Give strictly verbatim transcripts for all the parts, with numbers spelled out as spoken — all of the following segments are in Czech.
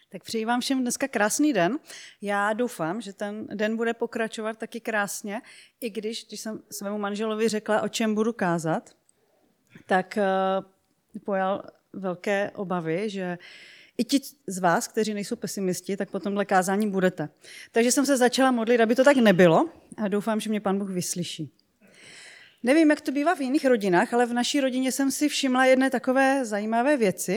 Tak přeji vám všem dneska krásný den. Já doufám, že ten den bude pokračovat taky krásně, i když, když jsem svému manželovi řekla, o čem budu kázat, tak uh, pojal velké obavy, že i ti z vás, kteří nejsou pesimisti, tak po tomhle kázání budete. Takže jsem se začala modlit, aby to tak nebylo a doufám, že mě Pán Bůh vyslyší. Nevím, jak to bývá v jiných rodinách, ale v naší rodině jsem si všimla jedné takové zajímavé věci,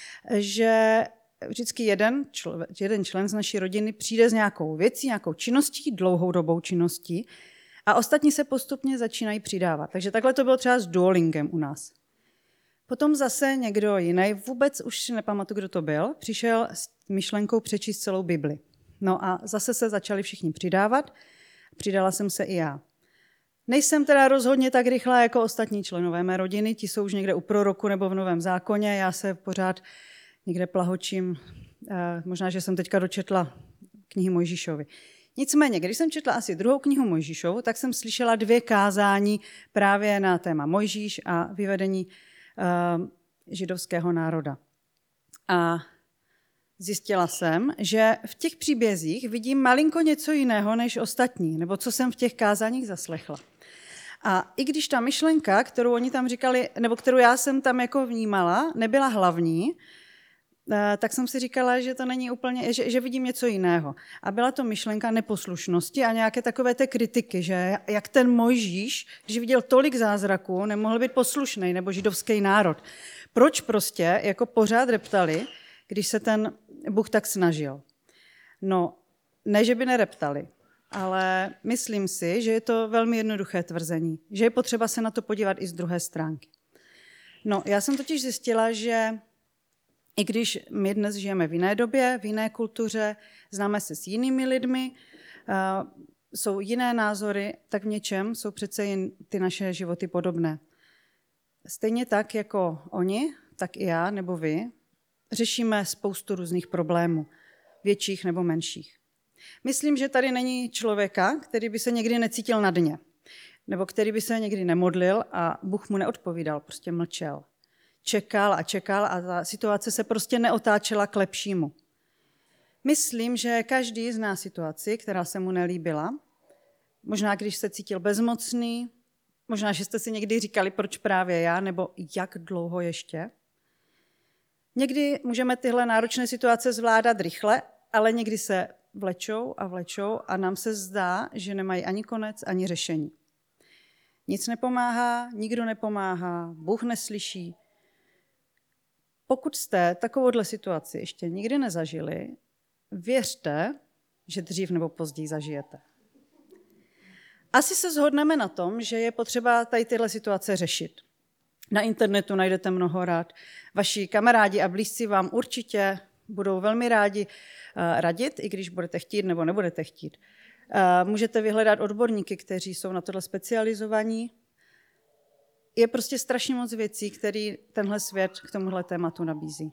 že vždycky jeden, člo, jeden člen z naší rodiny přijde s nějakou věcí, nějakou činností, dlouhou dobou činností a ostatní se postupně začínají přidávat. Takže takhle to bylo třeba s Duolingem u nás. Potom zase někdo jiný, vůbec už si nepamatuju, kdo to byl, přišel s myšlenkou přečíst celou Bibli. No a zase se začali všichni přidávat, přidala jsem se i já. Nejsem teda rozhodně tak rychlá jako ostatní členové mé rodiny, ti jsou už někde u proroku nebo v Novém zákoně, já se pořád někde plahočím, možná, že jsem teďka dočetla knihy Mojžíšovi. Nicméně, když jsem četla asi druhou knihu Mojžíšovu, tak jsem slyšela dvě kázání právě na téma Mojžíš a vyvedení uh, židovského národa. A zjistila jsem, že v těch příbězích vidím malinko něco jiného než ostatní, nebo co jsem v těch kázáních zaslechla. A i když ta myšlenka, kterou oni tam říkali, nebo kterou já jsem tam jako vnímala, nebyla hlavní, tak jsem si říkala, že to není úplně, že, že vidím něco jiného. A byla to myšlenka neposlušnosti a nějaké takové té kritiky, že jak ten Mojžíš, když viděl tolik zázraků, nemohl být poslušný, nebo židovský národ. Proč prostě jako pořád reptali, když se ten Bůh tak snažil? No, ne, že by nereptali, ale myslím si, že je to velmi jednoduché tvrzení, že je potřeba se na to podívat i z druhé stránky. No, já jsem totiž zjistila, že i když my dnes žijeme v jiné době, v jiné kultuře, známe se s jinými lidmi, uh, jsou jiné názory, tak v něčem jsou přece jen ty naše životy podobné. Stejně tak jako oni, tak i já nebo vy řešíme spoustu různých problémů, větších nebo menších. Myslím, že tady není člověka, který by se někdy necítil na dně, nebo který by se někdy nemodlil a Bůh mu neodpovídal, prostě mlčel. Čekal a čekal a ta situace se prostě neotáčela k lepšímu. Myslím, že každý zná situaci, která se mu nelíbila. Možná, když se cítil bezmocný, možná, že jste si někdy říkali, proč právě já, nebo jak dlouho ještě. Někdy můžeme tyhle náročné situace zvládat rychle, ale někdy se vlečou a vlečou a nám se zdá, že nemají ani konec, ani řešení. Nic nepomáhá, nikdo nepomáhá, Bůh neslyší. Pokud jste takovouhle situaci ještě nikdy nezažili, věřte, že dřív nebo později zažijete. Asi se shodneme na tom, že je potřeba tady tyhle situace řešit. Na internetu najdete mnoho rad. Vaši kamarádi a blízcí vám určitě budou velmi rádi radit, i když budete chtít nebo nebudete chtít. Můžete vyhledat odborníky, kteří jsou na tohle specializovaní. Je prostě strašně moc věcí, které tenhle svět k tomuhle tématu nabízí.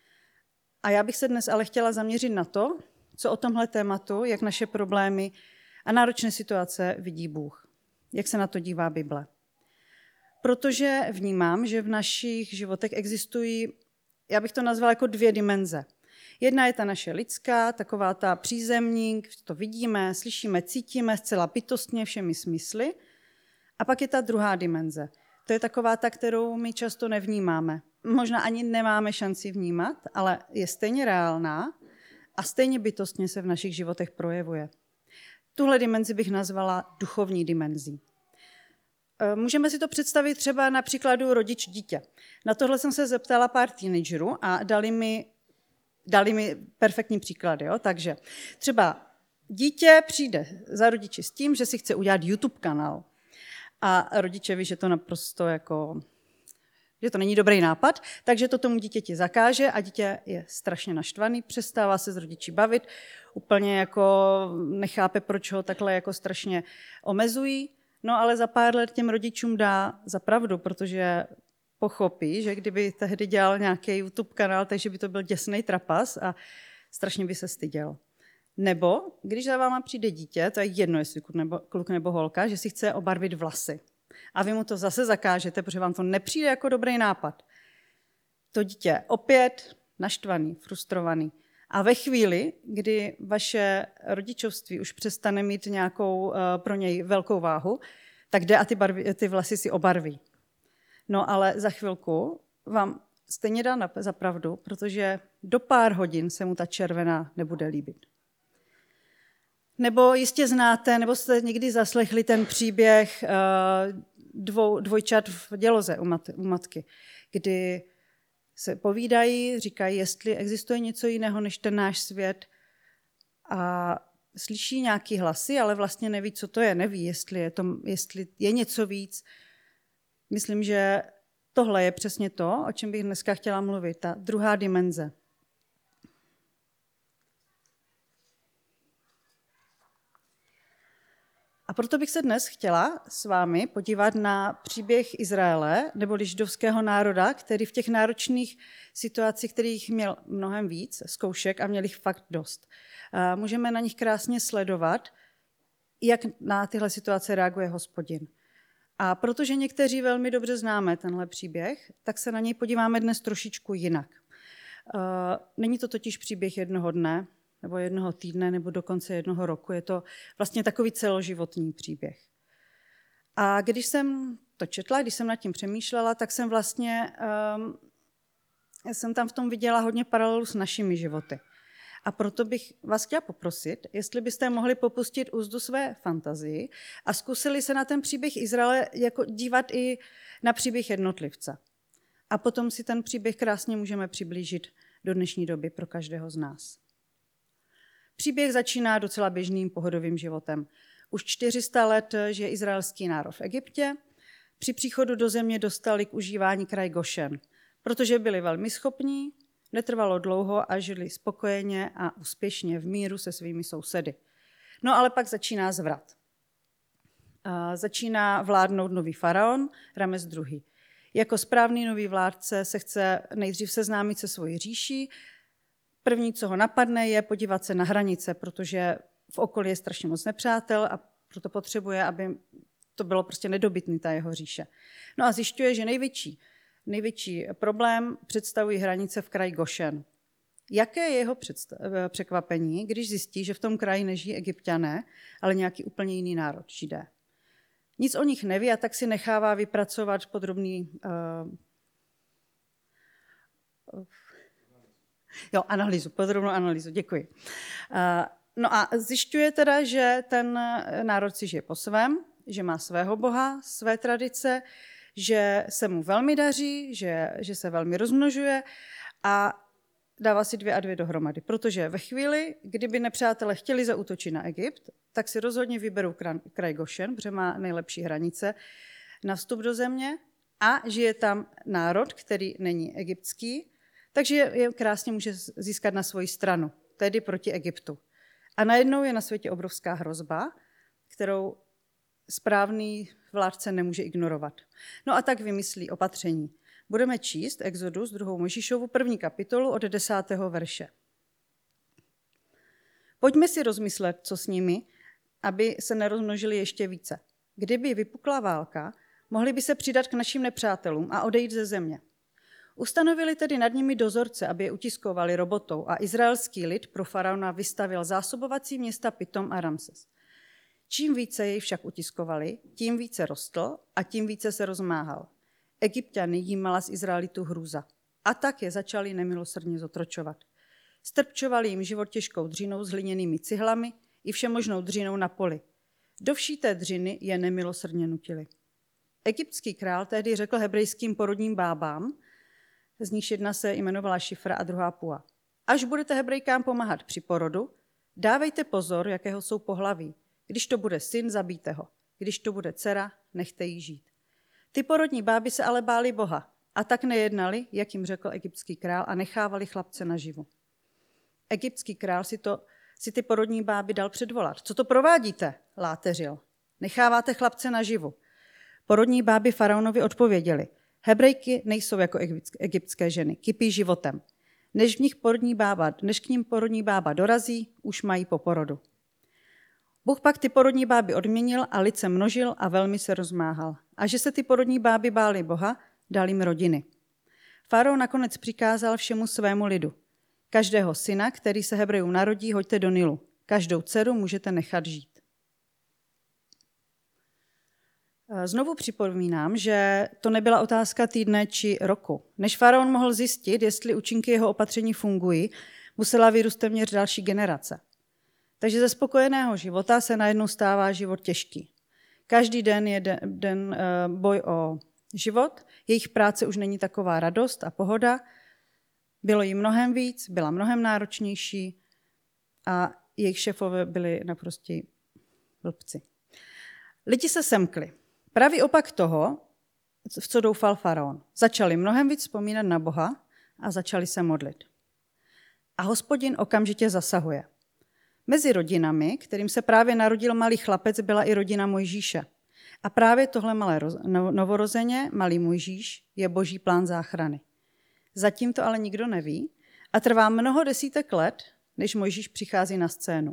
A já bych se dnes ale chtěla zaměřit na to, co o tomhle tématu, jak naše problémy a náročné situace vidí Bůh. Jak se na to dívá Bible. Protože vnímám, že v našich životech existují, já bych to nazvala jako dvě dimenze. Jedna je ta naše lidská, taková ta přízemní, to vidíme, slyšíme, cítíme zcela bytostně všemi smysly. A pak je ta druhá dimenze. To je taková ta, kterou my často nevnímáme. Možná ani nemáme šanci vnímat, ale je stejně reálná a stejně bytostně se v našich životech projevuje. Tuhle dimenzi bych nazvala duchovní dimenzí. Můžeme si to představit třeba na příkladu rodič-dítě. Na tohle jsem se zeptala pár teenagerů a dali mi, dali mi perfektní příklady. Jo? Takže třeba dítě přijde za rodiči s tím, že si chce udělat YouTube kanál. A rodiče ví, že to naprosto jako, že to není dobrý nápad, takže to tomu dítěti zakáže a dítě je strašně naštvaný, přestává se s rodiči bavit, úplně jako nechápe, proč ho takhle jako strašně omezují. No ale za pár let těm rodičům dá za pravdu, protože pochopí, že kdyby tehdy dělal nějaký YouTube kanál, takže by to byl děsnej trapas a strašně by se styděl. Nebo když za váma přijde dítě, to je jedno, jestli kluk nebo, kluk nebo holka, že si chce obarvit vlasy. A vy mu to zase zakážete, protože vám to nepřijde jako dobrý nápad. To dítě opět naštvaný, frustrovaný. A ve chvíli, kdy vaše rodičovství už přestane mít nějakou uh, pro něj velkou váhu, tak jde a ty, barvy, ty vlasy si obarví. No ale za chvilku vám stejně dá za pravdu, protože do pár hodin se mu ta červená nebude líbit. Nebo jistě znáte, nebo jste někdy zaslechli ten příběh uh, dvou, dvojčat v děloze u, mat, u matky, kdy se povídají, říkají, jestli existuje něco jiného než ten náš svět a slyší nějaký hlasy, ale vlastně neví, co to je, neví, jestli je, to, jestli je něco víc. Myslím, že tohle je přesně to, o čem bych dneska chtěla mluvit, ta druhá dimenze. A proto bych se dnes chtěla s vámi podívat na příběh Izraele, neboli židovského národa, který v těch náročných situacích, kterých měl mnohem víc zkoušek a měl jich fakt dost. Můžeme na nich krásně sledovat, jak na tyhle situace reaguje Hospodin. A protože někteří velmi dobře známe tenhle příběh, tak se na něj podíváme dnes trošičku jinak. Není to totiž příběh jednoho dne, nebo jednoho týdne, nebo dokonce jednoho roku. Je to vlastně takový celoživotní příběh. A když jsem to četla, když jsem nad tím přemýšlela, tak jsem vlastně um, jsem tam v tom viděla hodně paralelu s našimi životy. A proto bych vás chtěla poprosit, jestli byste mohli popustit úzdu své fantazii a zkusili se na ten příběh Izraele jako dívat i na příběh jednotlivce. A potom si ten příběh krásně můžeme přiblížit do dnešní doby pro každého z nás. Příběh začíná docela běžným pohodovým životem. Už čtyři sta let žije izraelský národ v Egyptě. Při příchodu do země dostali k užívání kraj Gošen, protože byli velmi schopní, netrvalo dlouho a žili spokojeně a úspěšně v míru se svými sousedy. No ale pak začíná zvrat. A začíná vládnout nový faraon, Rames druhý. Jako správný nový vládce se chce nejdřív seznámit se svojí říší. První, co ho napadne, je podívat se na hranice, protože v okolí je strašně moc nepřátel a proto potřebuje, aby to bylo prostě nedobytný, ta jeho říše. No a zjišťuje, že největší, největší problém představují hranice v kraji Gošen. Jaké je jeho představ- překvapení, když zjistí, že v tom kraji nežijí Egypťané, ale nějaký úplně jiný národ, Židé. Nic o nich neví a tak si nechává vypracovat podrobný uh, Jo, analýzu, podrobnou analýzu, děkuji. No a zjišťuje teda, že ten národ si žije po svém, že má svého boha, své tradice, že se mu velmi daří, že, že se velmi rozmnožuje a dává si dvě a dvě dohromady. Protože ve chvíli, kdyby nepřátelé chtěli zaútočit na Egypt, tak si rozhodně vyberou kraj Gošen, protože má nejlepší hranice na vstup do země a žije tam národ, který není egyptský, takže je krásně může získat na svoji stranu, tedy proti Egyptu. A najednou je na světě obrovská hrozba, kterou správný vládce nemůže ignorovat. No a tak vymyslí opatření. Budeme číst Exodus, druhou Mojžíšovu, první kapitolu od desátého verše. Pojďme si rozmyslet, co s nimi, aby se nerozmnožili ještě více. Kdyby vypukla válka, mohli by se přidat k našim nepřátelům a odejít ze země. Ustanovili tedy nad nimi dozorce, aby je utiskovali robotou a izraelský lid pro faraona vystavil zásobovací města Pitom a Ramses. Čím více jej však utiskovali, tím více rostl a tím více se rozmáhal. Egypťany jímala z Izraelitů hrůza. A tak je začali nemilosrdně zotročovat. Strpčovali jim život těžkou dřinou s hliněnými cihlami i všemožnou dřinou na poli. Do vší té dřiny je nemilosrdně nutili. Egyptský král tehdy řekl hebrejským porodním bábám, z nichž jedna se jmenovala Šifra a druhá Pua. Až budete Hebrejkám pomáhat při porodu, dávejte pozor, jakého jsou pohlaví. Když to bude syn, zabijte ho. Když to bude dcera, nechte jí žít. Ty porodní báby se ale báli Boha a tak nejednali, jak jim řekl egyptský král, a nechávali chlapce naživu. Egyptský král si, to, si ty porodní báby dal předvolat. Co to provádíte? Láteřil. Necháváte chlapce naživu. Porodní báby faraonovi odpověděli. Hebrejky nejsou jako egyptské ženy, kypí životem. Než, v nich porodní bába, než k ním porodní bába dorazí, už mají po porodu. Bůh pak ty porodní báby odměnil a lid se množil a velmi se rozmáhal. A že se ty porodní báby bály Boha, dal jim rodiny. Faraon nakonec přikázal všemu svému lidu. Každého syna, který se Hebrejům narodí, hoďte do Nilu. Každou dceru můžete nechat žít. Znovu připomínám, že to nebyla otázka týdne či roku. Než faraon mohl zjistit, jestli účinky jeho opatření fungují, musela vyrůst téměř další generace. Takže ze spokojeného života se najednou stává život těžký. Každý den je den, den boj o život, jejich práce už není taková radost a pohoda, bylo jí mnohem víc, byla mnohem náročnější a jejich šéfové byli naprostí blbci. Lidi se semkli. Pravý opak toho, v co doufal faraon. Začali mnohem víc vzpomínat na Boha a začali se modlit. A Hospodin okamžitě zasahuje. Mezi rodinami, kterým se právě narodil malý chlapec, byla i rodina Mojžíše. A právě tohle malé novorozeně, malý Mojžíš, je boží plán záchrany. Zatím to ale nikdo neví a trvá mnoho desítek let, než Mojžíš přichází na scénu.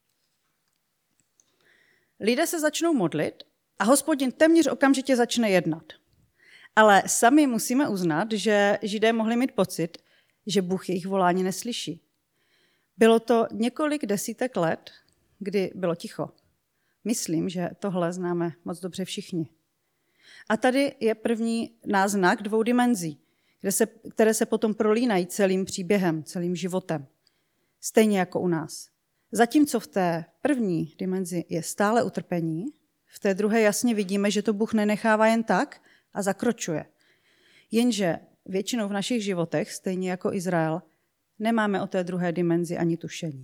Lidé se začnou modlit a Hospodin téměř okamžitě začne jednat. Ale sami musíme uznat, že Židé mohli mít pocit, že Bůh jejich volání neslyší. Bylo to několik desítek let, kdy bylo ticho. Myslím, že tohle známe moc dobře všichni. A tady je první náznak dvou dimenzí, které se, které se potom prolínají celým příběhem, celým životem. Stejně jako u nás. Zatímco v té první dimenzi je stále utrpení, v té druhé jasně vidíme, že to Bůh nenechává jen tak a zakročuje. Jenže většinou v našich životech, stejně jako Izrael, nemáme o té druhé dimenzi ani tušení.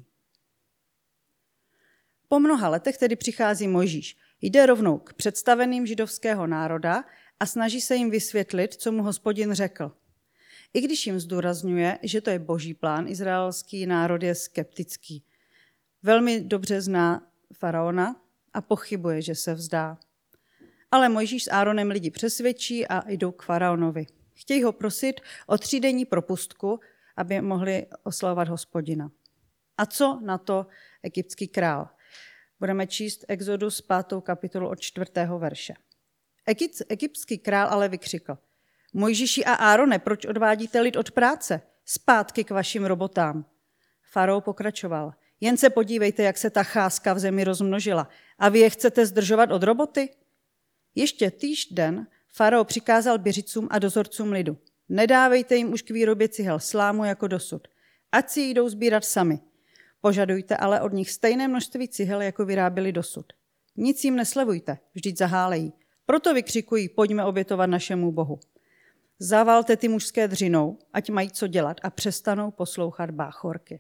Po mnoha letech tedy přichází Mojžíš. Jde rovnou k představeným židovského národa a snaží se jim vysvětlit, co mu Hospodin řekl. I když jim zdůrazňuje, že to je boží plán, izraelský národ je skeptický. Velmi dobře zná faraona a pochybuje, že se vzdá. Ale Mojžíš s Áronem lidi přesvědčí a jdou k faraonovi. Chtějí ho prosit o třídenní propustku, aby mohli oslavovat Hospodina. A co na to egyptský král? Budeme číst Exodus pátou kapitolu od čtvrtého verše. Egyptský král ale vykřikl: Mojžíši a Árone, proč odvádíte lid od práce? Zpátky k vašim robotám. Farao pokračoval: Jen se podívejte, jak se ta cházka v zemi rozmnožila. A vy je chcete zdržovat od roboty? Ještě týž den farao přikázal běžicům a dozorcům lidu: Nedávejte jim už k výrobě cihel slámu jako dosud. Ať si jdou sbírat sami. Požadujte ale od nich stejné množství cihel, jako vyráběli dosud. Nic jim neslevujte, vždyť zahálejí. Proto vykřikují: Pojďme obětovat našemu Bohu. Zavalte ty mužské dřinou, ať mají co dělat a přestanou poslouchat báchorky.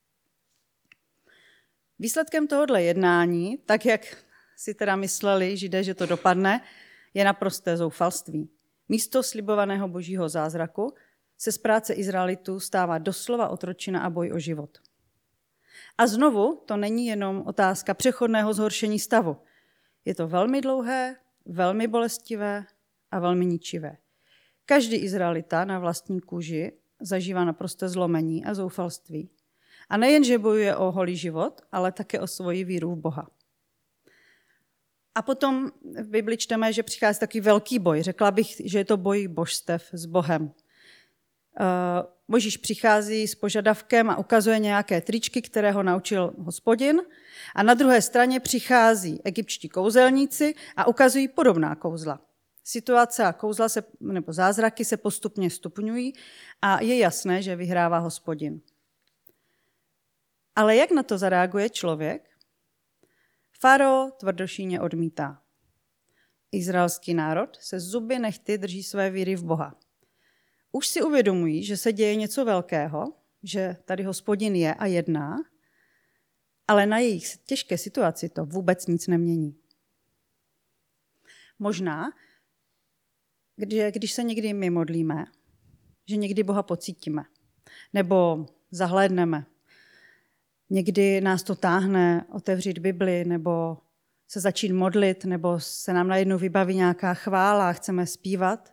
Výsledkem tohohle jednání, tak jak si teda mysleli Židé, že to dopadne, je naprosté zoufalství. Místo slibovaného božího zázraku se z práce Izraelitů stává doslova otročina a boj o život. A znovu to není jenom otázka přechodného zhoršení stavu. Je to velmi dlouhé, velmi bolestivé a velmi ničivé. Každý Izraelita na vlastní kůži zažívá naprosté zlomení a zoufalství. A nejen, že bojuje o holý život, ale také o svoji víru v Boha. A potom v Bibli čteme, že přichází takový velký boj. Řekla bych, že je to boj božstev s Bohem. Mojžíš přichází s požadavkem a ukazuje nějaké tričky, které ho naučil Hospodin. A na druhé straně přichází egyptští kouzelníci a ukazují podobná kouzla. Situace a kouzla se, nebo zázraky se postupně stupňují a je jasné, že vyhrává Hospodin. Ale jak na to zareaguje člověk? Farao tvrdošíně odmítá. Izraelský národ se zuby nehty drží své víry v Boha. Už si uvědomují, že se děje něco velkého, že tady Hospodin je a jedná, ale na jejich těžké situaci to vůbec nic nemění. Možná, že když se někdy my modlíme, že někdy Boha pocítíme, nebo zahlédneme, někdy nás to táhne otevřít Bibli, nebo se začít modlit, nebo se nám najednou vybaví nějaká chvála a chceme zpívat.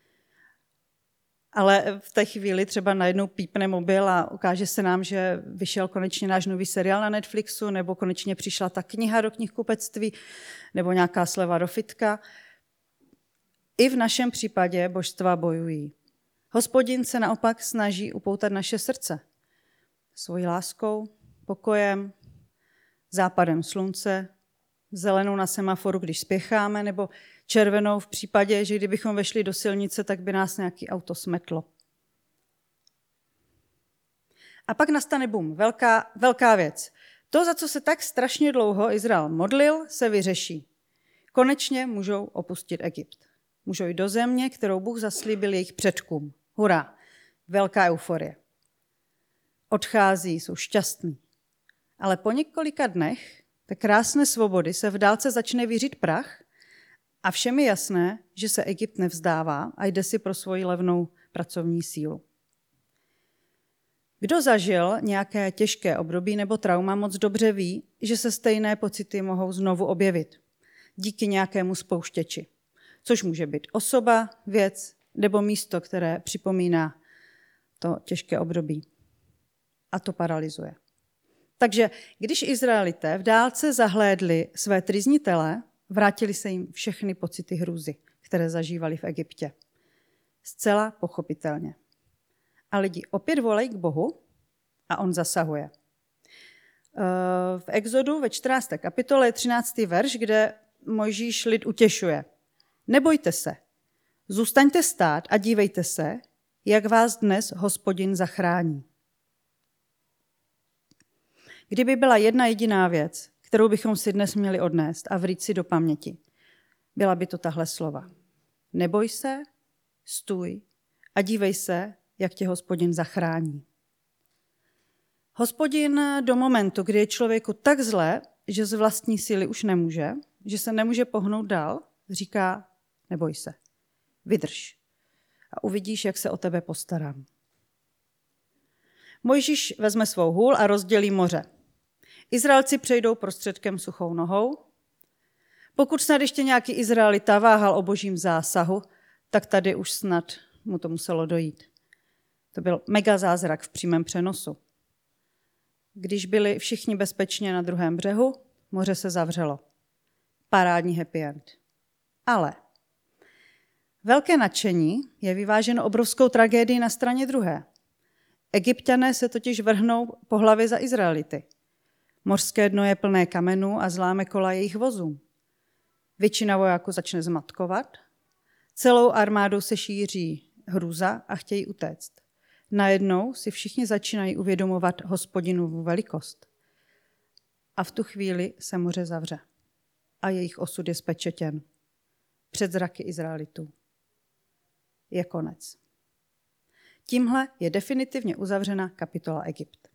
Ale v té chvíli třeba najednou pípne mobil a ukáže se nám, že vyšel konečně náš nový seriál na Netflixu, nebo konečně přišla ta kniha do knihkupectví, nebo nějaká sleva do fitka. I v našem případě božstva bojují. Hospodin se naopak snaží upoutat naše srdce. svojí láskou, pokojem, západem slunce, zelenou na semaforu, když spěcháme, nebo červenou v případě, že kdybychom vešli do silnice, tak by nás nějaký auto smetlo. A pak nastane bum, velká, velká věc. To, za co se tak strašně dlouho Izrael modlil, se vyřeší. Konečně můžou opustit Egypt. Můžou jít do země, kterou Bůh zaslíbil jejich předkům. Hurá, velká euforie. Odchází, jsou šťastní. Ale po několika dnech té krásné svobody se v dálce začne vířit prach a všem je jasné, že se Egypt nevzdává a jde si pro svoji levnou pracovní sílu. Kdo zažil nějaké těžké období nebo trauma, moc dobře ví, že se stejné pocity mohou znovu objevit díky nějakému spouštěči, což může být osoba, věc nebo místo, které připomíná to těžké období. A to paralyzuje. Takže když Izraelité v dálce zahlédli své tryznitele, vrátili se jim všechny pocity hrůzy, které zažívali v Egyptě. Zcela pochopitelně. A lidi opět volají k Bohu a on zasahuje. V Exodu ve čtrnácté kapitole je třináctý verš, kde Mojžíš lid utěšuje. Nebojte se, zůstaňte stát a dívejte se, jak vás dnes Hospodin zachrání. Kdyby byla jedna jediná věc, kterou bychom si dnes měli odnést a vrít si do paměti, byla by to tahle slova. Neboj se, stůj a dívej se, jak tě Hospodin zachrání. Hospodin do momentu, kdy je člověku tak zlé, že z vlastní síly už nemůže, že se nemůže pohnout dál, říká, neboj se, vydrž a uvidíš, jak se o tebe postarám. Mojžíš vezme svou hůl a rozdělí moře. Izraelci přejdou prostředkem suchou nohou. Pokud snad ještě nějaký Izraelita váhal o božím zásahu, tak tady už snad mu to muselo dojít. To byl mega zázrak v přímém přenosu. Když byli všichni bezpečně na druhém břehu, moře se zavřelo. Parádní happy end. Ale velké nadšení je vyváženo obrovskou tragédií na straně druhé. Egypťané se totiž vrhnou po hlavě za Izraelity. Mořské dno je plné kamenů a zláme kola jejich vozů. Většina vojáků začne zmatkovat, celou armádou se šíří hrůza a chtějí utéct. Najednou si všichni začínají uvědomovat Hospodinovu velikost. A v tu chvíli se moře zavře a jejich osud je spečetěn. Před zraky Izraelitů. Je konec. Tímhle je definitivně uzavřena kapitola Egypt.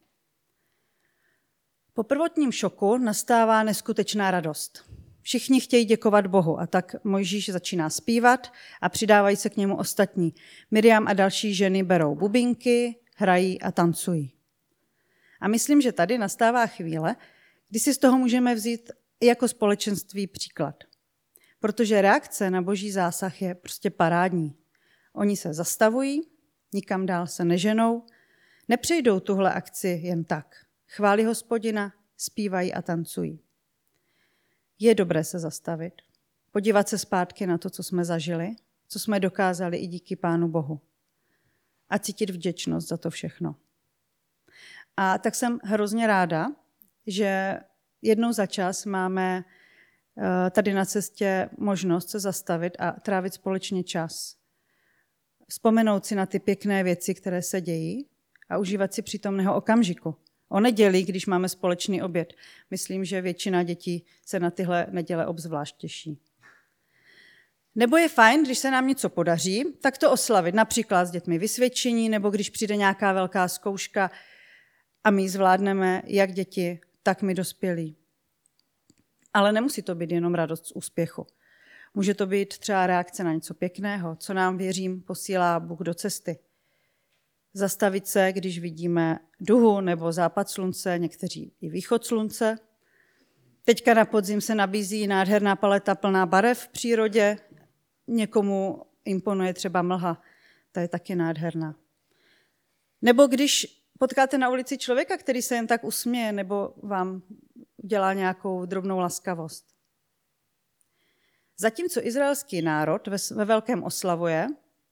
Po prvotním šoku nastává neskutečná radost. Všichni chtějí děkovat Bohu a tak Mojžíš začíná zpívat a přidávají se k němu ostatní. Miriam a další ženy berou bubínky, hrají a tancují. A myslím, že tady nastává chvíle, kdy si z toho můžeme vzít i jako společenství příklad. Protože reakce na boží zásah je prostě parádní. Oni se zastavují, nikam dál se neženou, nepřejdou tuhle akci jen tak. Chválí Hospodina, zpívají a tancují. Je dobré se zastavit, podívat se zpátky na to, co jsme zažili, co jsme dokázali i díky Pánu Bohu. A cítit vděčnost za to všechno. A tak jsem hrozně ráda, že jednou za čas máme tady na cestě možnost se zastavit a trávit společně čas. Vzpomenout si na ty pěkné věci, které se dějí a užívat si přítomného okamžiku. O neděli, když máme společný oběd. Myslím, že většina dětí se na tyhle neděle obzvlášť těší. Nebo je fajn, když se nám něco podaří, tak to oslavit. Například s dětmi vysvědčení, nebo když přijde nějaká velká zkouška a my ji zvládneme, jak děti, tak my dospělí. Ale nemusí to být jenom radost z úspěchu. Může to být třeba reakce na něco pěkného, co nám, věřím, posílá Bůh do cesty. Zastavit se, když vidíme duhu nebo západ slunce, někteří i východ slunce. Teďka na podzim se nabízí nádherná paleta plná barev v přírodě. Někomu imponuje třeba mlha, ta je taky nádherná. Nebo když potkáte na ulici člověka, který se jen tak usměje nebo vám dělá nějakou drobnou laskavost. Zatímco izraelský národ ve, ve velkém oslavuje,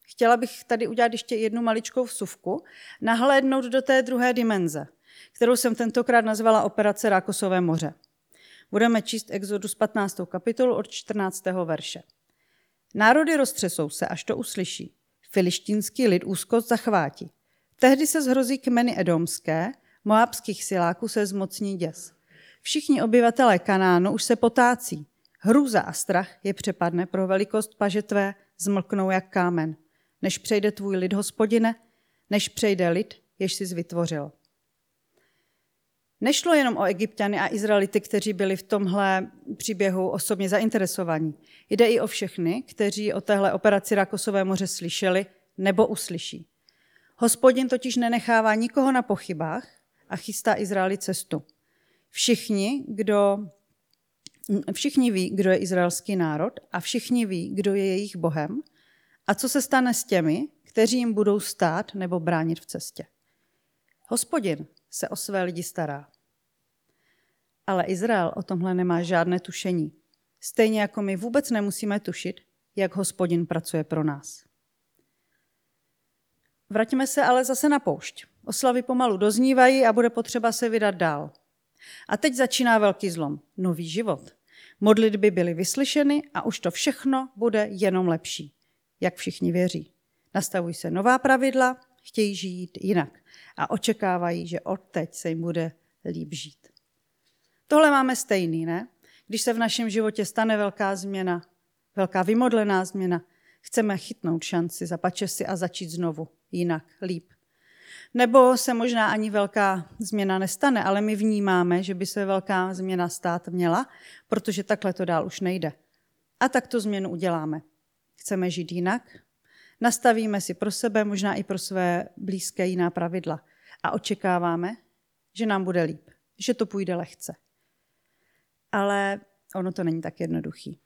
chtěla bych tady udělat ještě jednu maličkou vsuvku, nahlédnout do té druhé dimenze, kterou jsem tentokrát nazvala Operace Rákosové moře. Budeme číst Exodus patnáctou kapitolu od čtrnáctého verše. Národy roztřesou se, až to uslyší. Filištínský lid úzkost zachvátí. Tehdy se zhrozí kmeny edomské, moábských siláků se zmocní děs. Všichni obyvatelé Kanánu už se potácí. Hrůza a strach je přepadne pro velikost paže tvé, zmlknou jak kámen. Než přejde tvůj lid, Hospodine, než přejde lid, jež jsi vytvořil. Nešlo jenom o Egypťany a Izraelity, kteří byli v tomhle příběhu osobně zainteresovaní. Jde i o všechny, kteří o téhle operaci Rákosové moře slyšeli nebo uslyší. Hospodin totiž nenechává nikoho na pochybách a chystá Izraeli cestu. Všichni, kdo, všichni ví, kdo je izraelský národ a všichni ví, kdo je jejich Bohem a co se stane s těmi, kteří jim budou stát nebo bránit v cestě. Hospodin se o své lidi stará. Ale Izrael o tomhle nemá žádné tušení. Stejně jako my vůbec nemusíme tušit, jak Hospodin pracuje pro nás. Vraťme se ale zase na poušť. Oslavy pomalu doznívají a bude potřeba se vydat dál. A teď začíná velký zlom. Nový život. Modlitby byly vyslyšeny a už to všechno bude jenom lepší. Jak všichni věří. Nastavují se nová pravidla, chtějí žít jinak a očekávají, že odteď se jim bude líp žít. Tohle máme stejný, ne? Když se v našem životě stane velká změna, velká vymodlená změna, chceme chytnout šanci, zapače si a začít znovu, jinak, líp. Nebo se možná ani velká změna nestane, ale my vnímáme, že by se velká změna stát měla, protože takhle to dál už nejde. A tak tu změnu uděláme. Chceme žít jinak, nastavíme si pro sebe, možná i pro své blízké jiná pravidla a očekáváme, že nám bude líp, že to půjde lehce. Ale ono to není tak jednoduchý.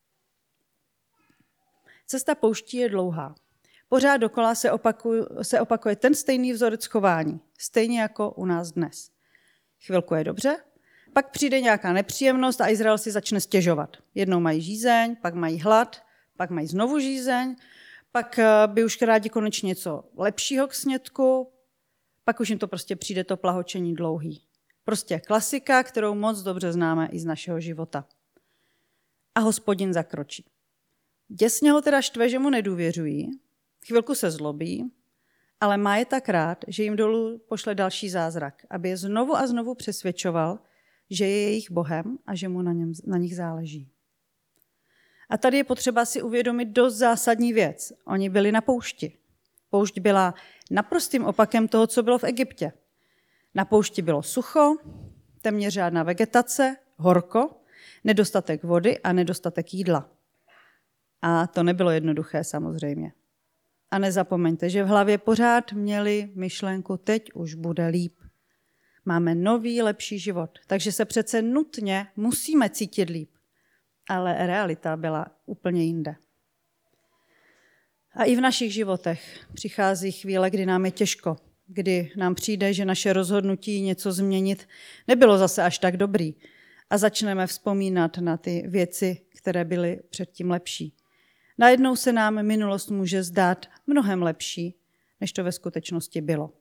Cesta pouští je dlouhá. Pořád dokola se, opakuj, se opakuje ten stejný vzorec chování, stejně jako u nás dnes. Chvilku je dobře, pak přijde nějaká nepříjemnost a Izrael si začne stěžovat. Jednou mají žízeň, pak mají hlad, pak mají znovu žízeň, pak by už rádi konečně něco lepšího k snědku, pak už jim to prostě přijde to plahočení dlouhý. Prostě klasika, kterou moc dobře známe i z našeho života. A Hospodin zakročí. Děsně ho teda štve, že mu nedůvěřují, chvilku se zlobí, ale má je tak rád, že jim dolů pošle další zázrak, aby je znovu a znovu přesvědčoval, že je jejich Bohem a že mu na, něm, na nich záleží. A tady je potřeba si uvědomit dost zásadní věc. Oni byli na poušti. Poušť byla naprostým opakem toho, co bylo v Egyptě. Na poušti bylo sucho, téměř žádná vegetace, horko, nedostatek vody a nedostatek jídla. A to nebylo jednoduché samozřejmě. A nezapomeňte, že v hlavě pořád měli myšlenku, teď už bude líp. Máme nový, lepší život, takže se přece nutně musíme cítit líp. Ale realita byla úplně jinde. A i v našich životech přichází chvíle, kdy nám je těžko, kdy nám přijde, že naše rozhodnutí něco změnit nebylo zase až tak dobrý a začneme vzpomínat na ty věci, které byly předtím lepší. Najednou se nám minulost může zdát mnohem lepší, než to ve skutečnosti bylo.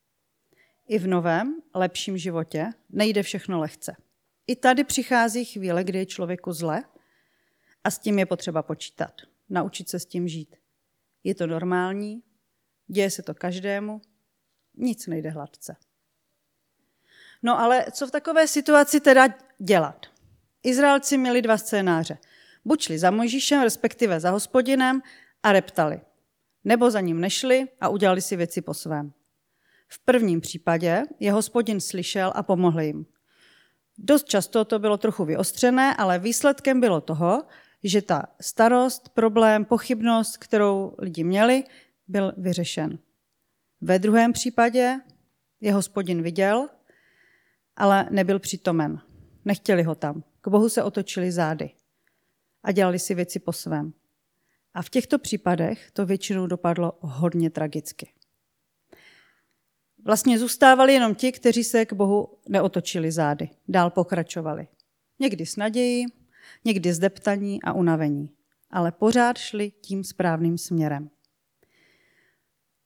I v novém, lepším životě nejde všechno lehce. I tady přichází chvíle, kdy je člověku zle a s tím je potřeba počítat, naučit se s tím žít. Je to normální, děje se to každému, nic nejde hladce. No ale co v takové situaci teda dělat? Izraelci měli dva scénáře. Buď šli za Mojžíšem, respektive za Hospodinem a reptali. Nebo za ním nešli a udělali si věci po svém. V prvním případě je Hospodin slyšel a pomohl jim. Dost často to bylo trochu vyostřené, ale výsledkem bylo toho, že ta starost, problém, pochybnost, kterou lidi měli, byl vyřešen. Ve druhém případě je Hospodin viděl, ale nebyl přítomen. Nechtěli ho tam. K Bohu se otočili zády a dělali si věci po svém. A v těchto případech to většinou dopadlo hodně tragicky. Vlastně zůstávali jenom ti, kteří se k Bohu neotočili zády, dál pokračovali. Někdy s nadějí, někdy zdeptaní a unavení, ale pořád šli tím správným směrem.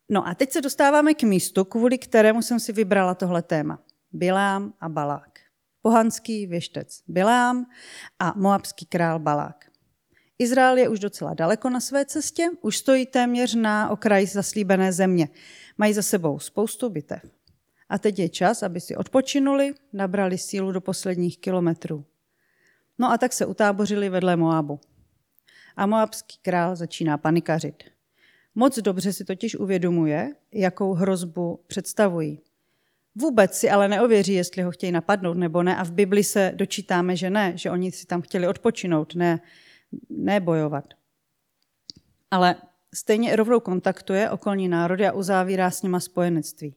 No a teď se dostáváme k místu, kvůli kterému jsem si vybrala tohle téma. Bilám a Balák. Pohanský věštec Bilám a moabský král Balák. Izrael je už docela daleko na své cestě, už stojí téměř na okraji zaslíbené země. Mají za sebou spoustu bitev. A teď je čas, aby si odpočinuli, nabrali sílu do posledních kilometrů. No a tak se utábořili vedle Moabu. A moabský král začíná panikařit. Moc dobře si totiž uvědomuje, jakou hrozbu představují. Vůbec si ale neověří, jestli ho chtějí napadnout nebo ne. A v Bibli se dočítáme, že ne, že oni si tam chtěli odpočinout, ne, ne bojovat. Ale stejně rovnou kontaktuje okolní národy a uzavírá s nima spojenectví.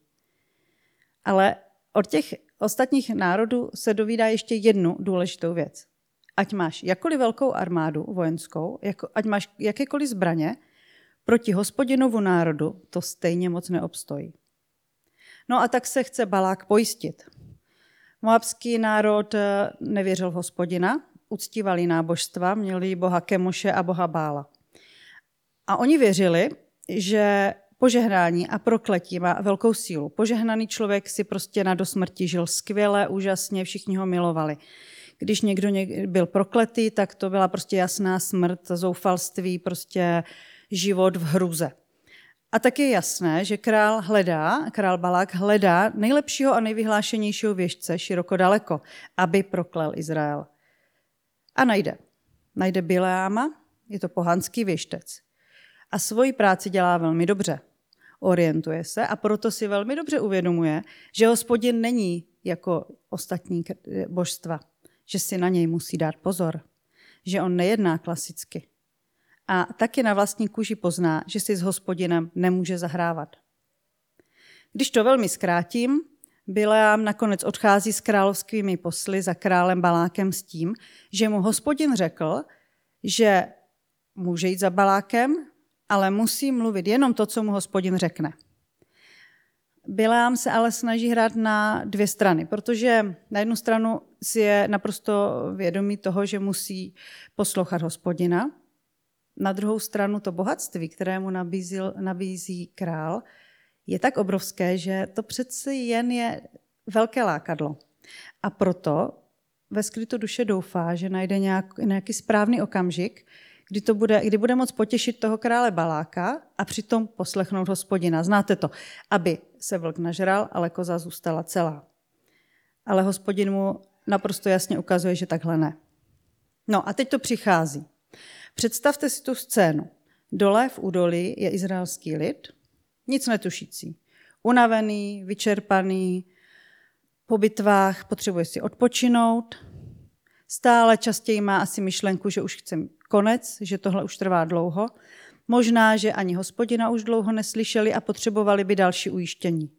Ale od těch ostatních národů se dovídá ještě jednu důležitou věc. Ať máš jakkoliv velkou armádu vojenskou, jako, ať máš jakékoliv zbraně, proti Hospodinovu národu to stejně moc neobstojí. No a tak se chce Balák pojistit. Moabský národ nevěřil v Hospodina, uctívali nábožstva, měli boha Kemoše a boha Bála. A oni věřili, že požehnání a prokletí má velkou sílu. Požehnaný člověk si prostě na dosmrti žil skvěle, úžasně, všichni ho milovali. Když někdo byl prokletý, tak to byla prostě jasná smrt, zoufalství, prostě život v hruze. A tak je jasné, že král hledá, král Balák hledá nejlepšího a nejvyhlášenějšího věštce široko daleko, aby proklel Izrael. A najde. Najde Bileáma, je to pohanský věštec. A svoji práci dělá velmi dobře. Orientuje se a proto si velmi dobře uvědomuje, že Hospodin není jako ostatní božstva, že si na něj musí dát pozor, že on nejedná klasicky. A taky na vlastní kůži pozná, že si s Hospodinem nemůže zahrávat. Když to velmi zkrátím, Bileám nakonec odchází s královskými posly za králem Balákem s tím, že mu Hospodin řekl, že může jít za Balákem, ale musí mluvit jenom to, co mu Hospodin řekne. Bileám se ale snaží hrát na dvě strany, protože na jednu stranu si je naprosto vědomý toho, že musí poslouchat Hospodina, na druhou stranu to bohatství, kterému nabízil, nabízí král, je tak obrovské, že to přeci jen je velké lákadlo. A proto ve skrytu duše doufá, že najde nějak, nějaký správný okamžik, kdy, to bude, kdy bude moct potěšit toho krále Baláka a přitom poslechnout Hospodina. Znáte to, aby se vlk nažral, ale koza zůstala celá. Ale Hospodin mu naprosto jasně ukazuje, že takhle ne. No a teď to přichází. Představte si tu scénu. Dole v údolí je izraelský lid, nic netušící. Unavený, vyčerpaný, po bitvách potřebuje si odpočinout. Stále častěji má asi myšlenku, že už chce konec, že tohle už trvá dlouho. Možná, že ani Hospodina už dlouho neslyšeli a potřebovali by další ujištění.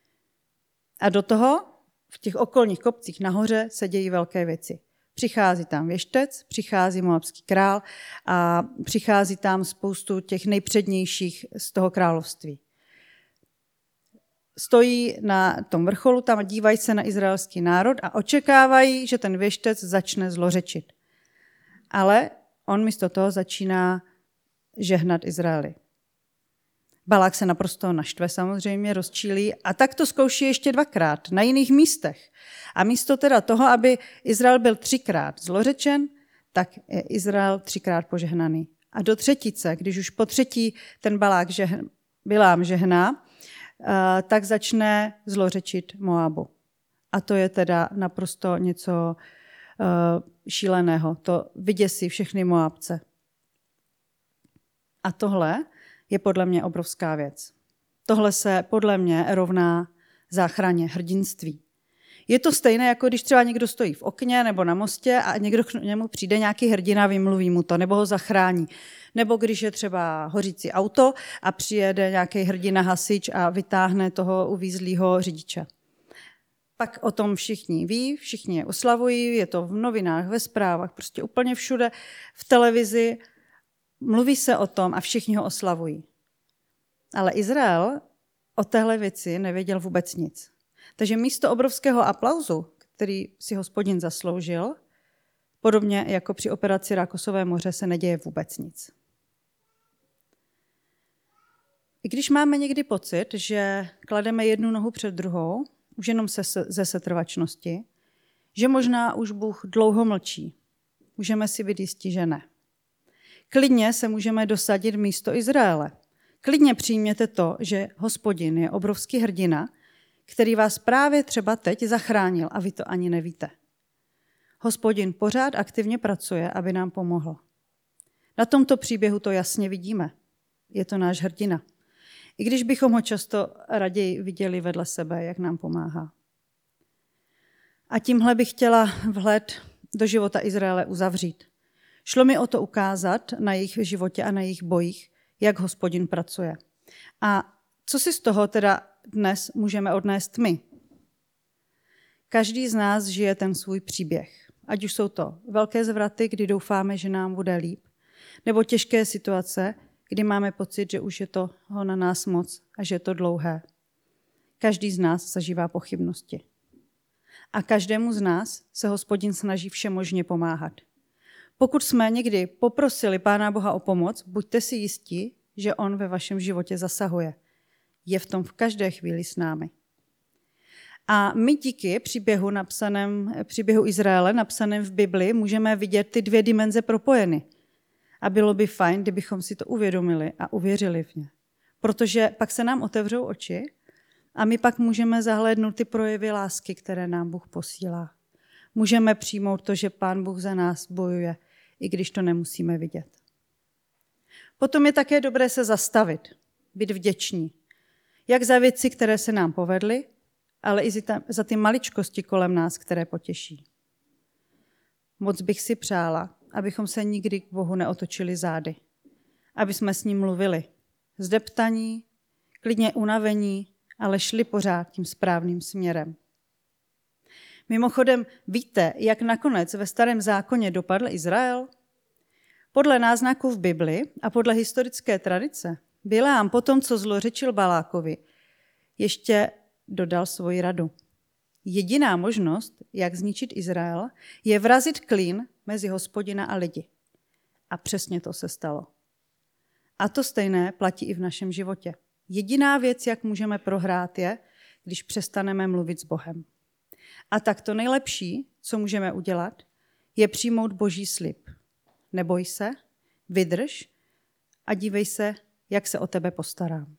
A do toho v těch okolních kopcích nahoře se dějí velké věci. Přichází tam věštec, přichází moabský král a přichází tam spoustu těch nejpřednějších z toho království. Stojí na tom vrcholu tam a dívají se na izraelský národ a očekávají, že ten věštec začne zlořečit. Ale on místo toho začíná žehnat Izraeli. Balák se naprosto naštve samozřejmě, rozčílí a tak to zkouší ještě dvakrát na jiných místech. A místo teda toho, aby Izrael byl třikrát zlořečen, tak je Izrael třikrát požehnaný. A do třetice, když už po třetí ten Balák žehn, Bilám žehná, tak začne zlořečit Moabu. A to je teda naprosto něco šíleného. To vyděsí všechny Moabce. A tohle je podle mě obrovská věc. Tohle se podle mě rovná záchraně, hrdinství. Je to stejné, jako když třeba někdo stojí v okně nebo na mostě a někdo k němu přijde nějaký hrdina, vymluví mu to, nebo ho zachrání. Nebo když je třeba hořící auto a přijede nějaký hrdina hasič a vytáhne toho uvízlého řidiče. Pak o tom všichni ví, všichni je oslavují, je to v novinách, ve zprávách, prostě úplně všude, v televizi. Mluví se o tom a všichni ho oslavují. Ale Izrael o téhle věci nevěděl vůbec nic. Takže místo obrovského aplauzu, který si Hospodin zasloužil, podobně jako při operaci Rákosové moře, se neděje vůbec nic. I když máme někdy pocit, že klademe jednu nohu před druhou, už jenom se, ze setrvačnosti, že možná už Bůh dlouho mlčí, můžeme si být jistí, že ne. Klidně se můžeme dosadit místo Izraele. Klidně přijměte to, že Hospodin je obrovský hrdina, který vás právě třeba teď zachránil a vy to ani nevíte. Hospodin pořád aktivně pracuje, aby nám pomohl. Na tomto příběhu to jasně vidíme. Je to náš hrdina. I když bychom ho často raději viděli vedle sebe, jak nám pomáhá. A tímhle bych chtěla vhled do života Izraele uzavřít. Šlo mi o to ukázat na jejich životě a na jejich bojích, jak Hospodin pracuje. A co si z toho teda dnes můžeme odnést my? Každý z nás žije ten svůj příběh. Ať už jsou to velké zvraty, kdy doufáme, že nám bude líp, nebo těžké situace, kdy máme pocit, že už je to ho na nás moc a že je to dlouhé. Každý z nás zažívá pochybnosti. A každému z nás se Hospodin snaží všemožně pomáhat. Pokud jsme někdy poprosili Pána Boha o pomoc, buďte si jistí, že on ve vašem životě zasahuje. Je v tom v každé chvíli s námi. A my díky příběhu, napsaném, příběhu Izraele, napsaném v Bibli, můžeme vidět ty dvě dimenze propojeny. A bylo by fajn, kdybychom si to uvědomili a uvěřili v ně. Protože pak se nám otevřou oči a my pak můžeme zahlédnout ty projevy lásky, které nám Bůh posílá. Můžeme přijmout to, že Pán Bůh za nás bojuje, i když to nemusíme vidět. Potom je také dobré se zastavit, být vděční. Jak za věci, které se nám povedly, ale i za ty maličkosti kolem nás, které potěší. Moc bych si přála, abychom se nikdy k Bohu neotočili zády. Aby jsme s ním mluvili. Zdeptaní, klidně unavení, ale šli pořád tím správným směrem. Mimochodem, víte, jak nakonec ve Starém zákoně dopadl Izrael? Podle náznaků v Bibli a podle historické tradice Bileám potom, co zlořečil Balákovi, ještě dodal svoji radu. Jediná možnost, jak zničit Izrael, je vrazit klín mezi Hospodina a lidi. A přesně to se stalo. A to stejné platí i v našem životě. Jediná věc, jak můžeme prohrát, je, když přestaneme mluvit s Bohem. A tak to nejlepší, co můžeme udělat, je přijmout Boží slib. Neboj se, vydrž a dívej se, jak se o tebe postarám.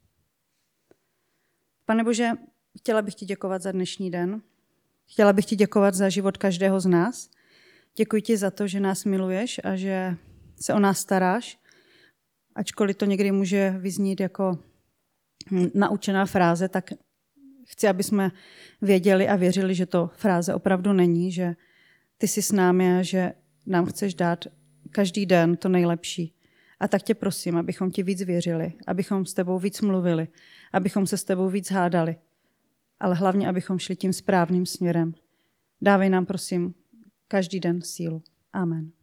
Pane Bože, chtěla bych ti děkovat za dnešní den. Chtěla bych ti děkovat za život každého z nás. Děkuji ti za to, že nás miluješ a že se o nás staráš, ačkoliv to někdy může vyznít jako naučená fráze, tak chci, aby jsme věděli a věřili, že to fráze opravdu není, že ty jsi s námi a že nám chceš dát každý den to nejlepší. A tak tě prosím, abychom ti víc věřili, abychom s tebou víc mluvili, abychom se s tebou víc hádali, ale hlavně, abychom šli tím správným směrem. Dávej nám, prosím, každý den sílu. Amen.